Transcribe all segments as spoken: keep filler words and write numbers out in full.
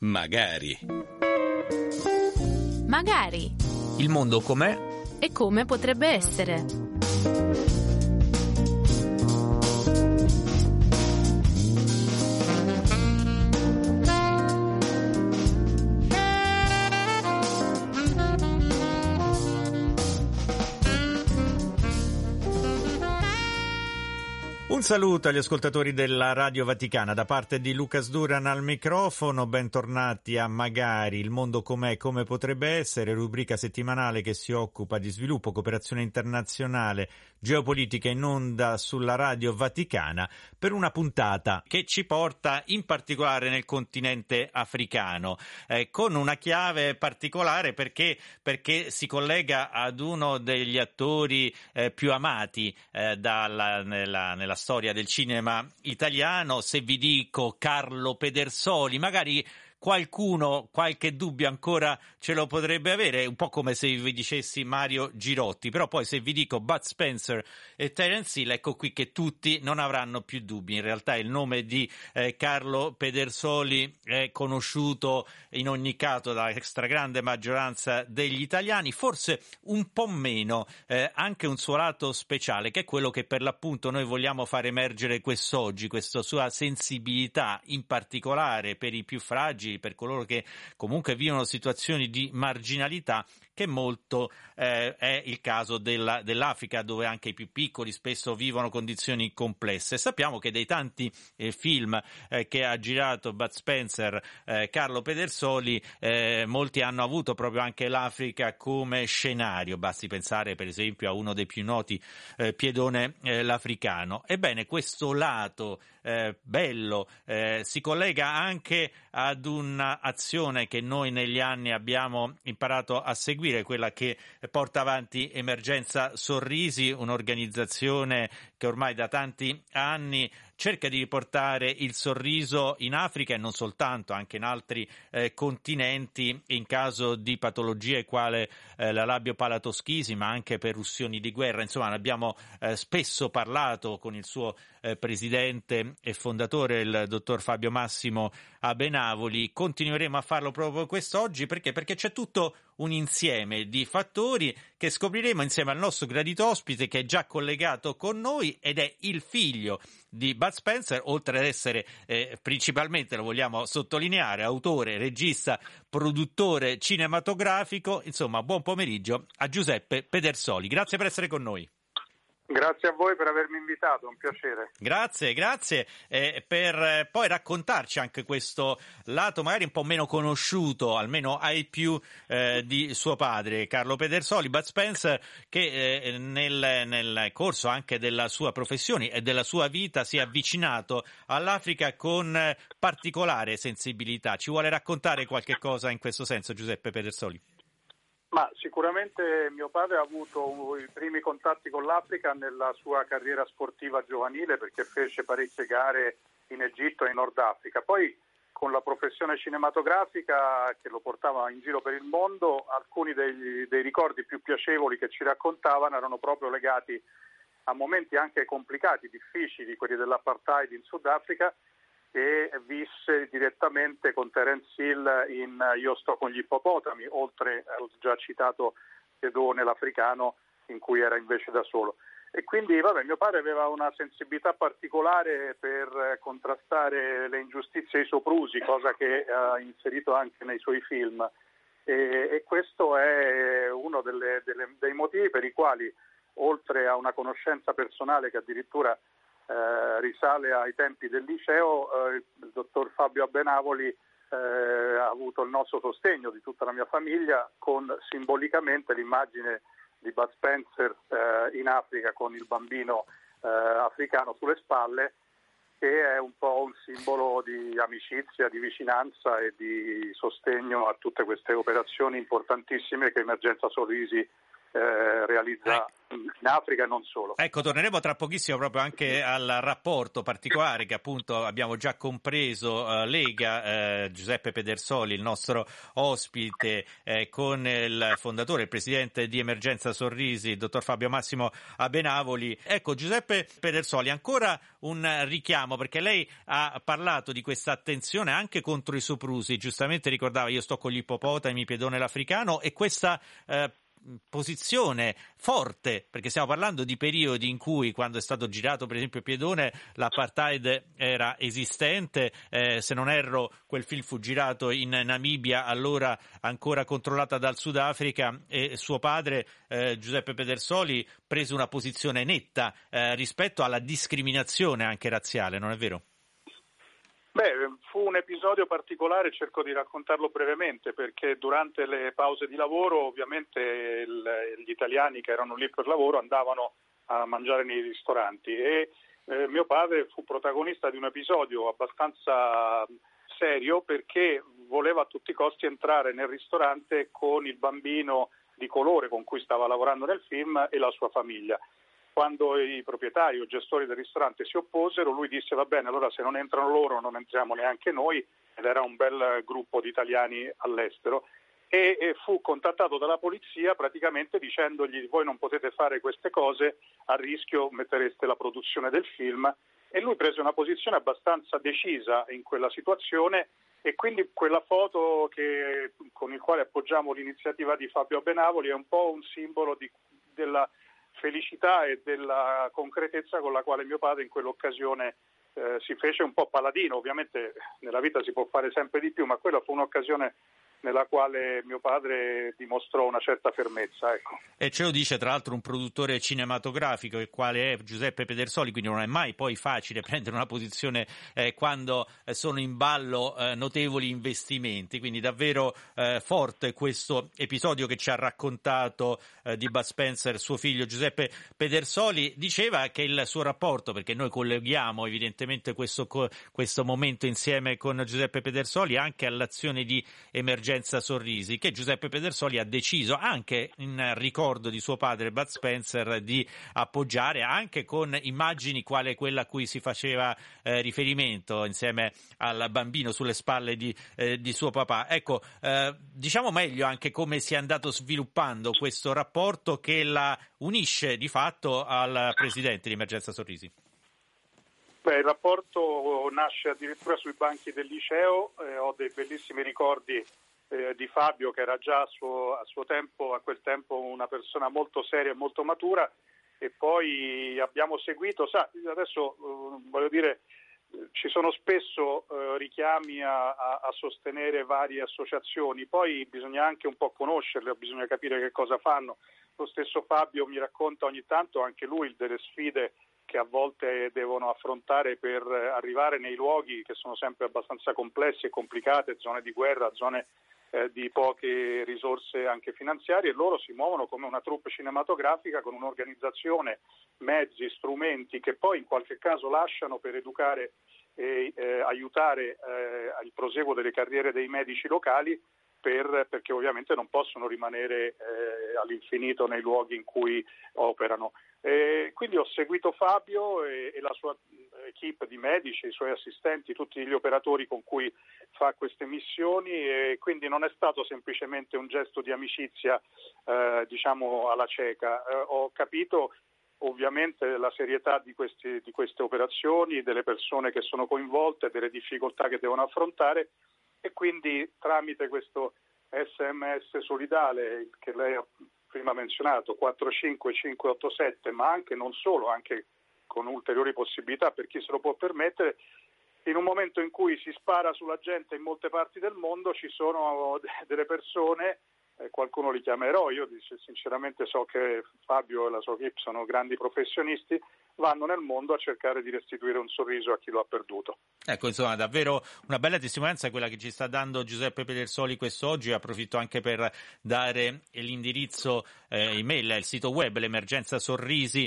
Magari. Magari. Il mondo com'è E come potrebbe essere. Un saluto agli ascoltatori della Radio Vaticana da parte di Lucas Duran al microfono. Bentornati a Magari, il mondo com'è, come potrebbe essere, rubrica settimanale che si occupa di sviluppo, cooperazione internazionale, geopolitica in onda sulla Radio Vaticana per una puntata che ci porta in particolare nel continente africano, eh, con una chiave particolare perché, perché si collega ad uno degli attori eh, più amati eh, dalla, nella, nella storia del cinema italiano. Se vi dico Carlo Pedersoli, magari qualcuno qualche dubbio ancora ce lo potrebbe avere, un po' come se vi dicessi Mario Girotti, però poi se vi dico Bud Spencer e Terence Hill, ecco qui che tutti non avranno più dubbi. In realtà il nome di eh, Carlo Pedersoli è conosciuto in ogni caso dalla stragrande maggioranza degli italiani, forse un po' meno eh, anche un suo lato speciale, che è quello che per l'appunto noi vogliamo far emergere quest'oggi, questa sua sensibilità in particolare per i più fragili, per coloro che comunque vivono situazioni di marginalità, che molto eh, è il caso della, dell'Africa, dove anche i più piccoli spesso vivono condizioni complesse. Sappiamo che dei tanti eh, film eh, che ha girato Bud Spencer, eh, Carlo Pedersoli, eh, molti hanno avuto proprio anche l'Africa come scenario, basti pensare per esempio a uno dei più noti, eh, Piedone eh, l'Africano. Ebbene, questo lato eh, bello eh, si collega anche ad un'azione che noi negli anni abbiamo imparato a seguire, quella che porta avanti Emergenza Sorrisi, un'organizzazione che ormai da tanti anni cerca di riportare il sorriso in Africa e non soltanto, anche in altri eh, continenti, in caso di patologie quale eh, la labiopalatoschisi, ma anche per ustioni di guerra. Insomma, ne abbiamo eh, spesso parlato con il suo eh, presidente e fondatore, il dottor Fabio Massimo Abenavoli. Continueremo a farlo proprio quest'oggi perché? Perché c'è tutto un insieme di fattori che scopriremo insieme al nostro gradito ospite, che è già collegato con noi ed è il figlio di Bud Spencer, oltre ad essere eh, principalmente, lo vogliamo sottolineare, autore, regista, produttore cinematografico. Insomma, buon pomeriggio a Giuseppe Pedersoli. Grazie per essere con noi. Grazie a voi per avermi invitato, è un piacere. Grazie, grazie eh, per eh, poi raccontarci anche questo lato magari un po' meno conosciuto, almeno ai più, eh, di suo padre, Carlo Pedersoli, Bud Spencer, che eh, nel, nel corso anche della sua professione e della sua vita si è avvicinato all'Africa con eh, particolare sensibilità. Ci vuole raccontare qualche cosa in questo senso, Giuseppe Pedersoli? Ma sicuramente mio padre ha avuto i primi contatti con l'Africa nella sua carriera sportiva giovanile, perché fece parecchie gare in Egitto e in Nord Africa. Poi con la professione cinematografica che lo portava in giro per il mondo, alcuni dei, dei ricordi più piacevoli che ci raccontavano erano proprio legati a momenti anche complicati, difficili, quelli dell'apartheid in Sudafrica, che visse direttamente con Terence Hill in Io sto con gli ippopotami, oltre al già citato Piedone l'Africano, in cui era invece da solo. E quindi vabbè, mio padre aveva una sensibilità particolare per contrastare le ingiustizie e i soprusi, cosa che ha inserito anche nei suoi film, e, e questo è uno delle, delle, dei motivi per i quali, oltre a una conoscenza personale che addirittura Eh, risale ai tempi del liceo, eh, il dottor Fabio Abenavoli eh, ha avuto il nostro sostegno, di tutta la mia famiglia, con simbolicamente l'immagine di Bud Spencer eh, in Africa con il bambino eh, africano sulle spalle, che è un po' un simbolo di amicizia, di vicinanza e di sostegno a tutte queste operazioni importantissime che Emergenza Sorrisi eh, realizza in Africa e non solo. Ecco, torneremo tra pochissimo proprio anche al rapporto particolare che appunto abbiamo già compreso, uh, Lega, uh, Giuseppe Pedersoli, il nostro ospite, eh, con il fondatore, il presidente di Emergenza Sorrisi, il dottor Fabio Massimo Abenavoli. Ecco, Giuseppe Pedersoli, ancora un richiamo, perché lei ha parlato di questa attenzione anche contro i soprusi, giustamente ricordava, io sto con gli ippopotami, piedone l'africano, e questa eh, posizione forte, perché stiamo parlando di periodi in cui, quando è stato girato per esempio Piedone, l'apartheid era esistente, eh, se non erro quel film fu girato in Namibia, allora ancora controllata dal Sudafrica, e suo padre eh, Giuseppe Pedersoli prese una posizione netta eh, rispetto alla discriminazione anche razziale, non è vero? Beh, fu un episodio particolare, cerco di raccontarlo brevemente, perché durante le pause di lavoro ovviamente il, gli italiani che erano lì per lavoro andavano a mangiare nei ristoranti e eh, mio padre fu protagonista di un episodio abbastanza serio, perché voleva a tutti i costi entrare nel ristorante con il bambino di colore con cui stava lavorando nel film e la sua famiglia. Quando i proprietari o gestori del ristorante si opposero, lui disse: va bene, allora se non entrano loro non entriamo neanche noi, ed era un bel gruppo di italiani all'estero, e, e fu contattato dalla polizia praticamente dicendogli: voi non potete fare queste cose, a rischio mettereste la produzione del film, e lui prese una posizione abbastanza decisa in quella situazione, e quindi quella foto che, con il quale appoggiamo l'iniziativa di Fabio Abenavoli è un po' un simbolo di, della felicità e della concretezza con la quale mio padre in quell'occasione eh, si fece un po' paladino. Ovviamente nella vita si può fare sempre di più, ma quella fu un'occasione nella quale mio padre dimostrò una certa fermezza. Ecco. E ce lo dice tra l'altro un produttore cinematografico, il quale è Giuseppe Pedersoli, quindi non è mai poi facile prendere una posizione eh, quando eh, sono in ballo eh, notevoli investimenti, quindi davvero eh, forte questo episodio che ci ha raccontato eh, di Bud Spencer, suo figlio Giuseppe Pedersoli. Diceva che il suo rapporto, perché noi colleghiamo evidentemente questo, questo momento insieme con Giuseppe Pedersoli anche all'azione di Emergenza Sorrisi, che Giuseppe Pedersoli ha deciso, anche in ricordo di suo padre Bud Spencer, di appoggiare, anche con immagini quale quella a cui si faceva eh, riferimento insieme al bambino sulle spalle di, eh, di suo papà. Ecco, eh, diciamo meglio anche come si è andato sviluppando questo rapporto che la unisce di fatto al presidente di Emergenza Sorrisi. Beh, il rapporto nasce addirittura sui banchi del liceo, eh, ho dei bellissimi ricordi eh, di Fabio, che era già a suo, a suo tempo, a quel tempo, una persona molto seria e molto matura, e poi abbiamo seguito, sa, adesso eh, voglio dire, ci sono spesso eh, richiami a, a, a sostenere varie associazioni, poi bisogna anche un po' conoscerle, bisogna capire che cosa fanno. Lo stesso Fabio mi racconta ogni tanto anche lui delle sfide che a volte devono affrontare per arrivare nei luoghi che sono sempre abbastanza complessi e complicate, zone di guerra, zone eh, di poche risorse anche finanziarie, e loro si muovono come una troupe cinematografica con un'organizzazione, mezzi, strumenti che poi in qualche caso lasciano per educare e eh, aiutare eh, al proseguo delle carriere dei medici locali, per, perché ovviamente non possono rimanere eh, all'infinito nei luoghi in cui operano. E quindi ho seguito Fabio e, e la sua equipe di medici, i suoi assistenti, tutti gli operatori con cui fa queste missioni, e quindi non è stato semplicemente un gesto di amicizia eh, diciamo alla cieca. Eh, ho capito ovviamente la serietà di, questi, di queste operazioni, delle persone che sono coinvolte, delle difficoltà che devono affrontare, e quindi tramite questo S M S solidale che lei ha prima menzionato, quattro cinque cinque otto sette, ma anche non solo, anche con ulteriori possibilità per chi se lo può permettere, in un momento in cui si spara sulla gente in molte parti del mondo ci sono delle persone, eh, qualcuno li chiama eroi, io sinceramente so che Fabio e la sua equipe sono grandi professionisti, vanno nel mondo a cercare di restituire un sorriso a chi lo ha perduto. Ecco, insomma, davvero una bella testimonianza quella che ci sta dando Giuseppe Pedersoli quest'oggi. Approfitto anche per dare l'indirizzo eh, email, il sito web, l'emergenzasorrisi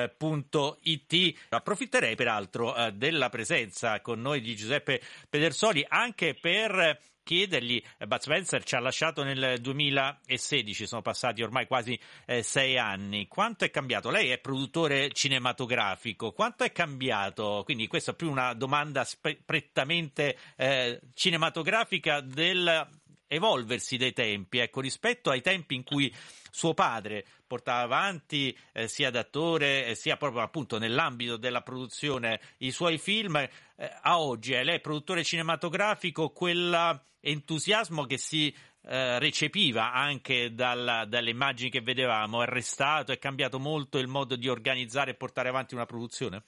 punto it. Approfitterei peraltro eh, della presenza con noi di Giuseppe Pedersoli anche per chiedergli, Bud Spencer ci ha lasciato nel duemilasedici, sono passati ormai quasi eh, sei anni, quanto è cambiato? Lei è produttore cinematografico, quanto è cambiato? Quindi questa è più una domanda spe- prettamente eh, cinematografica del evolversi dei tempi, ecco, rispetto ai tempi in cui suo padre portava avanti eh, sia da attore eh, sia proprio appunto nell'ambito della produzione i suoi film, eh, a oggi eh, lei è produttore cinematografico, quell'entusiasmo che si eh, recepiva anche dalla, dalle immagini che vedevamo è restato, è cambiato molto il modo di organizzare e portare avanti una produzione?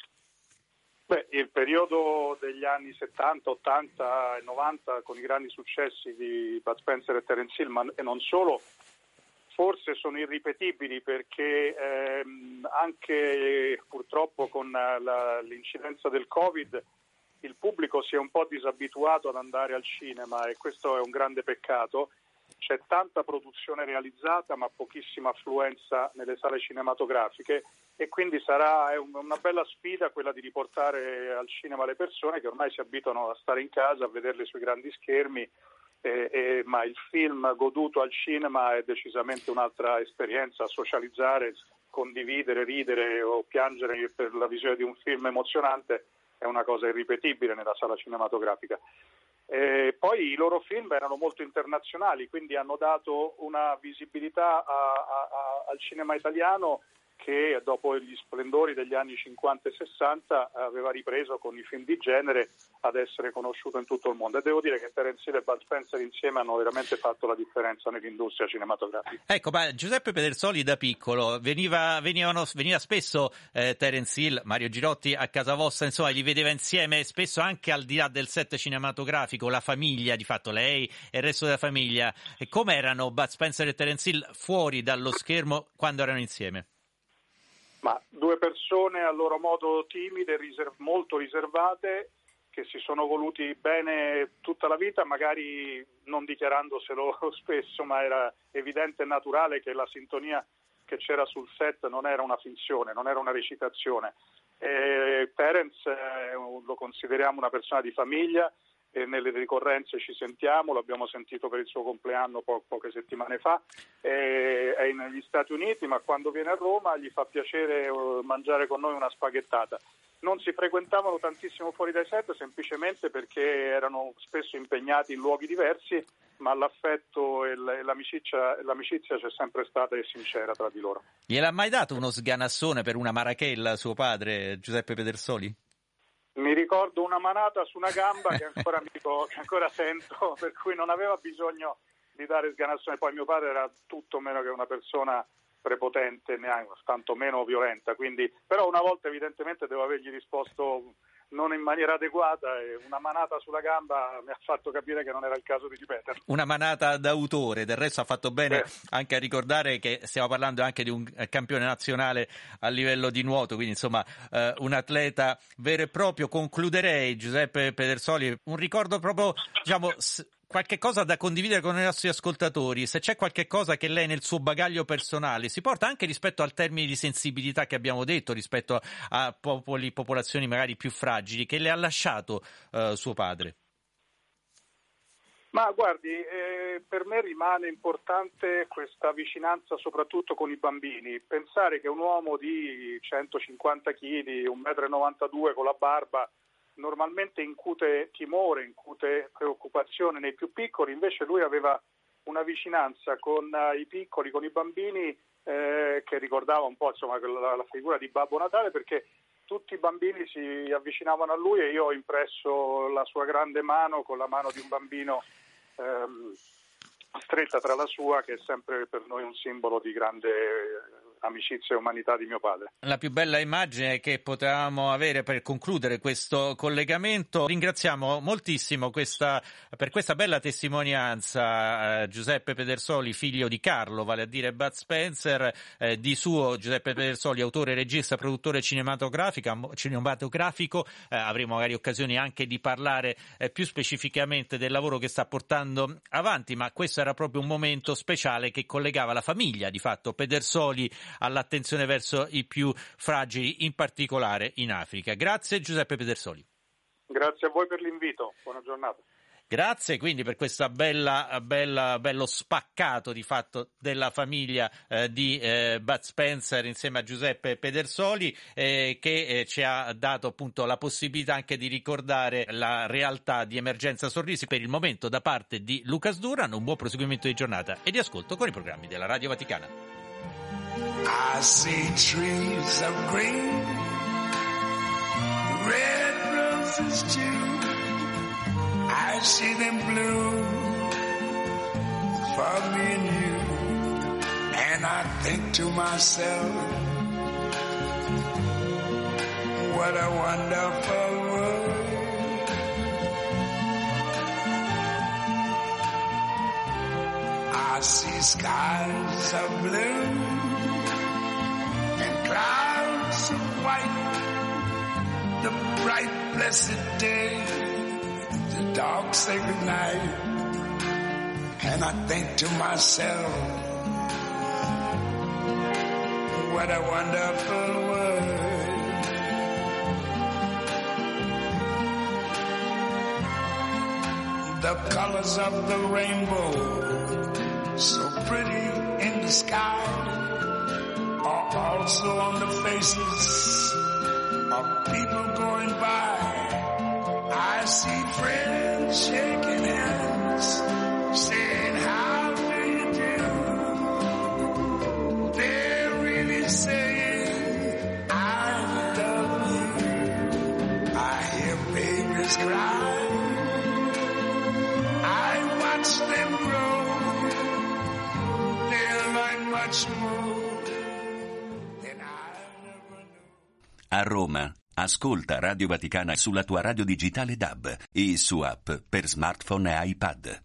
Beh, il periodo degli anni settanta, ottanta e novanta con i grandi successi di Bud Spencer e Terence Hill, ma e non solo, forse sono irripetibili perché ehm, anche purtroppo con la, l'incidenza del Covid il pubblico si è un po' disabituato ad andare al cinema e questo è un grande peccato. C'è tanta produzione realizzata ma pochissima affluenza nelle sale cinematografiche e quindi sarà è una bella sfida quella di riportare al cinema le persone che ormai si abituano a stare in casa, a vederle sui grandi schermi, eh, eh, ma il film goduto al cinema è decisamente un'altra esperienza, socializzare, condividere, ridere o piangere per la visione di un film emozionante è una cosa irripetibile nella sala cinematografica. Eh, poi i loro film erano molto internazionali, quindi hanno dato una visibilità a, a, a, al cinema italiano che dopo gli splendori degli anni cinquanta e sessanta aveva ripreso con i film di genere ad essere conosciuto in tutto il mondo. E devo dire che Terence Hill e Bud Spencer insieme hanno veramente fatto la differenza nell'industria cinematografica. Ecco, ma Giuseppe Pedersoli da piccolo veniva, venivano, veniva spesso eh, Terence Hill, Mario Girotti a casa vostra, insomma, li vedeva insieme spesso anche al di là del set cinematografico, la famiglia, di fatto lei e il resto della famiglia. E come erano Bud Spencer e Terence Hill fuori dallo schermo quando erano insieme? Ma due persone a loro modo timide, riserv- molto riservate, che si sono voluti bene tutta la vita, magari non dichiarandoselo spesso, ma era evidente e naturale che la sintonia che c'era sul set non era una finzione, non era una recitazione. E Terence eh, lo consideriamo una persona di famiglia, e nelle ricorrenze ci sentiamo, l'abbiamo sentito per il suo compleanno po- poche settimane fa, e è negli Stati Uniti, ma quando viene a Roma gli fa piacere mangiare con noi una spaghettata. Non si frequentavano tantissimo fuori dai set semplicemente perché erano spesso impegnati in luoghi diversi, ma l'affetto e l'amicizia, l'amicizia c'è sempre stata e sincera tra di loro. Gliel'ha mai dato uno sganassone per una marachella suo padre, Giuseppe Pedersoli? Mi ricordo una manata su una gamba che ancora, mi ricordo, che ancora sento, per cui non aveva bisogno di dare sganassone. Poi mio padre era tutto meno che una persona prepotente, neanche tanto meno violenta, quindi però una volta evidentemente devo avergli risposto non in maniera adeguata e una manata sulla gamba mi ha fatto capire che non era il caso di ripeterlo. Una manata d'autore, del resto ha fatto bene eh. anche a ricordare che stiamo parlando anche di un campione nazionale a livello di nuoto, quindi insomma eh, un atleta vero e proprio. Concluderei, Giuseppe Pedersoli, un ricordo proprio, diciamo, s- qualche cosa da condividere con i nostri ascoltatori, se c'è qualche cosa che lei nel suo bagaglio personale si porta anche rispetto al termine di sensibilità che abbiamo detto, rispetto a popoli, popolazioni magari più fragili, che le ha lasciato eh, suo padre. Ma guardi, eh, per me rimane importante questa vicinanza soprattutto con i bambini. Pensare che un uomo di centocinquanta chili, un metro e novantadue con la barba, normalmente incute timore, incute preoccupazione nei più piccoli, invece lui aveva una vicinanza con uh, i piccoli, con i bambini, eh, che ricordava un po' insomma la, la figura di Babbo Natale, perché tutti i bambini si avvicinavano a lui e io ho impresso la sua grande mano con la mano di un bambino ehm, stretta tra la sua, che è sempre per noi un simbolo di grande amicizia e umanità di mio padre. La più bella immagine che potevamo avere per concludere questo collegamento. Ringraziamo moltissimo questa, per questa bella testimonianza eh, Giuseppe Pedersoli, figlio di Carlo, vale a dire Bud Spencer, eh, di suo Giuseppe Pedersoli, autore, regista, produttore cinematografico. cinematografico. Eh, avremo magari occasioni anche di parlare eh, più specificamente del lavoro che sta portando avanti, ma questo era proprio un momento speciale che collegava la famiglia, di fatto, Pedersoli, all'attenzione verso i più fragili, in particolare in Africa. Grazie Giuseppe Pedersoli. Grazie a voi per l'invito, buona giornata. Grazie quindi per questa bella, bella, bello spaccato di fatto della famiglia eh, di eh, Bud Spencer insieme a Giuseppe Pedersoli eh, che eh, ci ha dato appunto la possibilità anche di ricordare la realtà di Emergenza Sorrisi. Per il momento da parte di Lucas Duran un buon proseguimento di giornata e di ascolto con i programmi della Radio Vaticana. I see trees of green, red roses too. I see them bloom for me and you, and I think to myself, what a wonderful world. I see skies of blue and clouds of white, the bright blessed day, the dark sacred night, and I think to myself, what a wonderful world. The colors of the rainbow, so pretty in the sky, are also on the faces of people going by. I see friends shaking hands, saying, how do you do? They're really saying, I love you. I hear babies cry. I watch them grow. They'll learn much more than I never knew. A Roma. Ascolta Radio Vaticana sulla tua radio digitale D A B e su app per smartphone e iPad.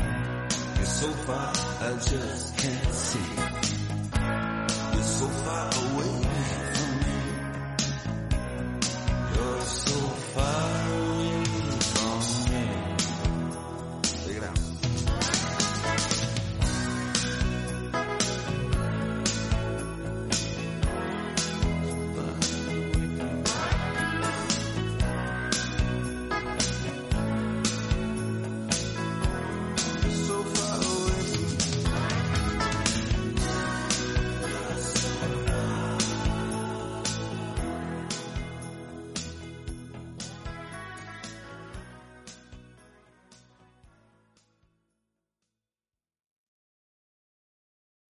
So far, I just can't see. You're so far